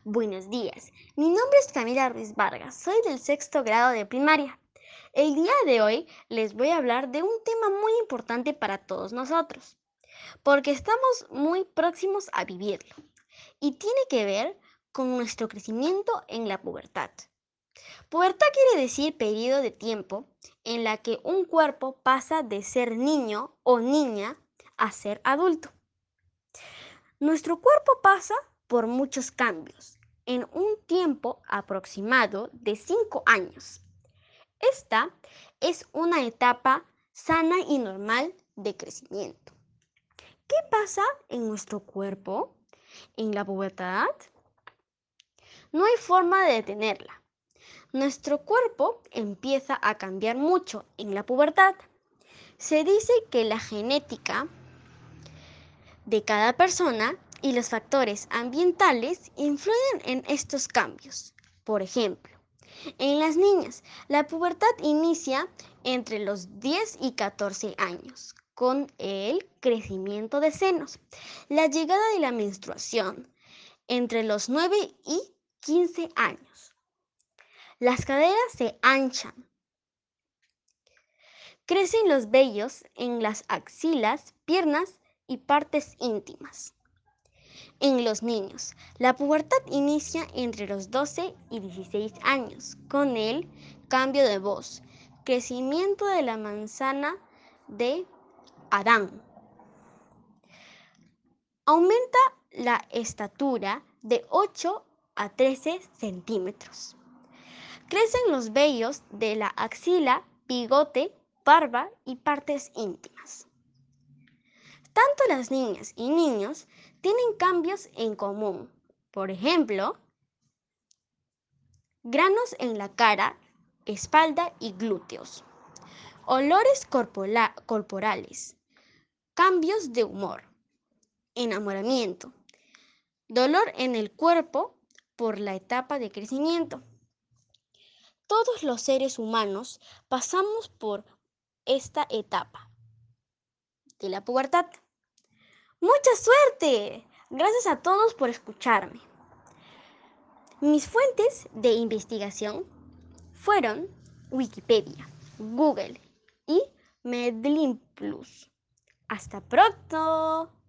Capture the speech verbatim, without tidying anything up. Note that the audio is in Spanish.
Buenos días, mi nombre es Camila Ruiz Vargas, soy del sexto grado de primaria. El día de hoy les voy a hablar de un tema muy importante para todos nosotros, porque estamos muy próximos a vivirlo y tiene que ver con nuestro crecimiento en la pubertad. Pubertad quiere decir periodo de tiempo en la que un cuerpo pasa de ser niño o niña a ser adulto. Nuestro cuerpo pasa por muchos cambios en un tiempo aproximado de cinco años. Esta es una etapa sana y normal de crecimiento. ¿Qué pasa en nuestro cuerpo en la pubertad? No hay forma de detenerla. Nuestro cuerpo empieza a cambiar mucho en la pubertad. Se dice que la genética de cada persona y los factores ambientales influyen en estos cambios. Por ejemplo, en las niñas, la pubertad inicia entre los diez y catorce años, con el crecimiento de senos, la llegada de la menstruación entre los nueve y quince años. Las caderas se anchan, crecen los vellos en las axilas, piernas y partes íntimas. En los niños, la pubertad inicia entre los doce y dieciséis años, con el cambio de voz, crecimiento de la manzana de Adán. Aumenta la estatura de ocho a trece centímetros. Crecen los vellos de la axila, bigote, barba y partes íntimas. Tanto las niñas y niños tienen cambios en común. Por ejemplo, granos en la cara, espalda y glúteos. Olores corpola- corporales. Cambios de humor. Enamoramiento. Dolor en el cuerpo por la etapa de crecimiento. Todos los seres humanos pasamos por esta etapa de la pubertad. ¡Mucha suerte! Gracias a todos por escucharme. Mis fuentes de investigación fueron Wikipedia, Google y Medlin Plus. Hasta pronto.